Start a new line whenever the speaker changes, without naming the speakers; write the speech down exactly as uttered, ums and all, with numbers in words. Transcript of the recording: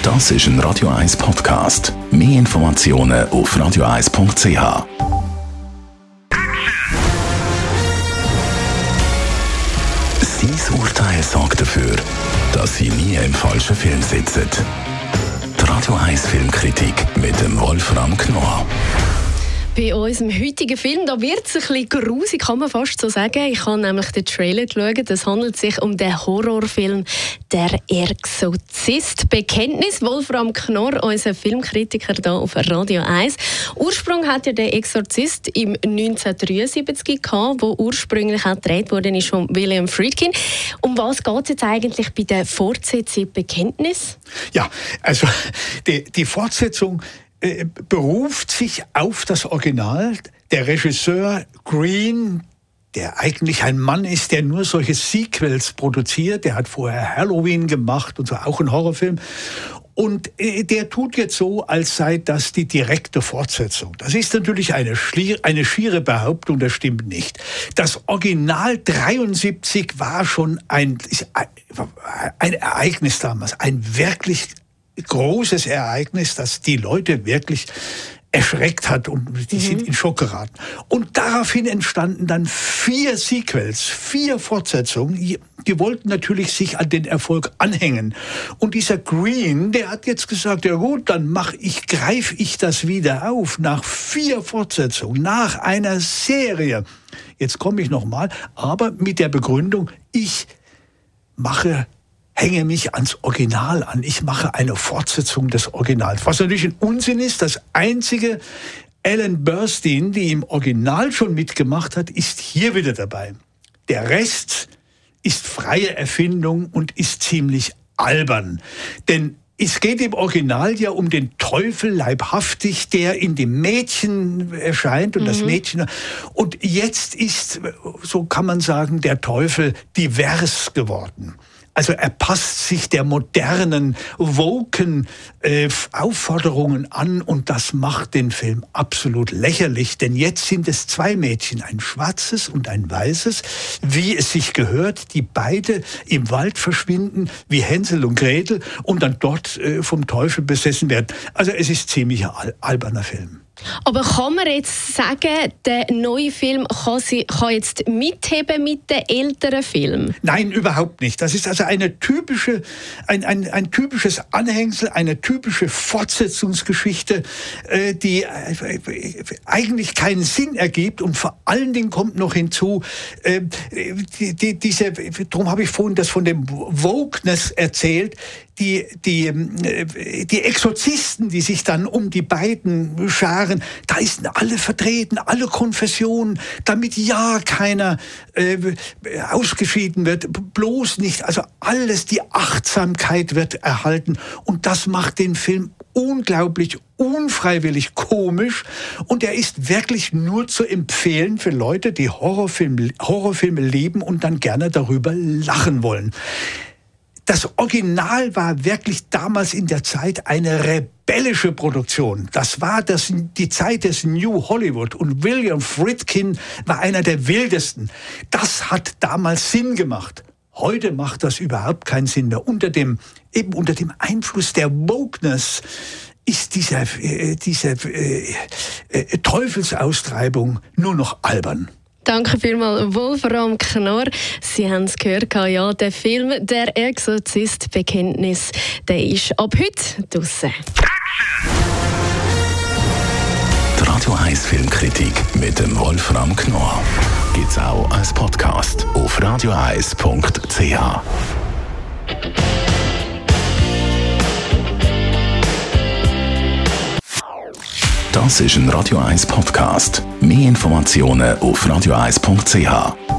Das ist ein Radio eins Podcast. Mehr Informationen auf radio eins punkt c h. Sein Urteil sorgt dafür, dass Sie nie im falschen Film sitzen. Die Radio eins Filmkritik mit dem Wolfram Knorr.
Bei unserem heutigen Film, da wird es ein bisschen grusig, kann man fast so sagen. Ich habe nämlich den Trailer geschaut. Es handelt sich um den Horrorfilm «Der Exorzist». Bekenntnis, Wolfram Knorr, unser Filmkritiker hier auf Radio eins. Ursprung hat ja der Exorzist im neunzehnhundertdreiundsiebzig gehabt, wo ursprünglich auch gedreht worden ist von William Friedkin. Um was geht es jetzt eigentlich bei der Fortsetzung «Bekenntnis»?
Ja, also die, die Fortsetzung Äh, beruft sich auf das Original. Der Regisseur Green, der eigentlich ein Mann ist, der nur solche Sequels produziert, der hat vorher Halloween gemacht und so, auch ein Horrorfilm. Und äh, der tut jetzt so, als sei das die direkte Fortsetzung. Das ist natürlich eine, schlier, eine schiere Behauptung, das stimmt nicht. Das Original dreiundsiebzig war schon ein, ein Ereignis damals, ein wirklich großes Ereignis, das die Leute wirklich erschreckt hat und die mhm. sind in Schock geraten. Und daraufhin entstanden dann vier Sequels, vier Fortsetzungen. Die, die wollten natürlich sich an den Erfolg anhängen. Und dieser Green, der hat jetzt gesagt, ja gut, dann mach ich, greife ich das wieder auf nach vier Fortsetzungen, nach einer Serie. Jetzt komme ich nochmal, aber mit der Begründung, ich mache hänge mich ans Original an. Ich mache eine Fortsetzung des Originals. Was natürlich ein Unsinn ist, das einzige Ellen Burstyn, die im Original schon mitgemacht hat, ist hier wieder dabei. Der Rest ist freie Erfindung und ist ziemlich albern. Denn es geht im Original ja um den Teufel leibhaftig, der in dem Mädchen erscheint und mhm. das Mädchen. Und jetzt ist, so kann man sagen, der Teufel divers geworden. Also er passt sich der modernen, woken äh, Aufforderungen an und das macht den Film absolut lächerlich. Denn jetzt sind es zwei Mädchen, ein schwarzes und ein weißes, wie es sich gehört, die beide im Wald verschwinden, wie Hänsel und Gretel und dann dort äh, vom Teufel besessen werden. Also es ist ziemlich al- alberner Film.
Aber kann man jetzt sagen, der neue Film kann, sie, kann jetzt mitheben mit den älteren Filmen?
Nein, überhaupt nicht. Das ist also eine typische, ein, ein, ein typisches Anhängsel, eine typische Fortsetzungsgeschichte, äh, die äh, eigentlich keinen Sinn ergibt. Und vor allen Dingen kommt noch hinzu, äh, die, die, diese, darum habe ich vorhin das von dem Wokeness erzählt, die, die, die Exorzisten, die sich dann um die beiden scharen, da ist alle vertreten, alle Konfessionen, damit ja keiner äh, ausgeschieden wird, bloß nicht, also alles, die Achtsamkeit wird erhalten und das macht den Film unglaublich unfreiwillig komisch und er ist wirklich nur zu empfehlen für Leute, die Horrorfilme, Horrorfilme lieben und dann gerne darüber lachen wollen. Das Original war wirklich damals in der Zeit eine rebellische Produktion. Das war das, die Zeit des New Hollywood und William Friedkin war einer der wildesten. Das hat damals Sinn gemacht. Heute macht das überhaupt keinen Sinn mehr. Unter dem, eben unter dem Einfluss der Wokeness ist diese, äh, diese äh, äh, Teufelsaustreibung nur noch albern.
Danke vielmals, Wolfram Knorr. Sie haben es gehört, ja, der Film «Der Exorzist Bekenntnis», der ist ab heute draussen.
Die Radio eins Filmkritik mit dem Wolfram Knorr gibt es auch als Podcast auf radio eins punkt c h. Das ist ein Radio eins Podcast. Mehr Informationen auf radio eins punkt c h.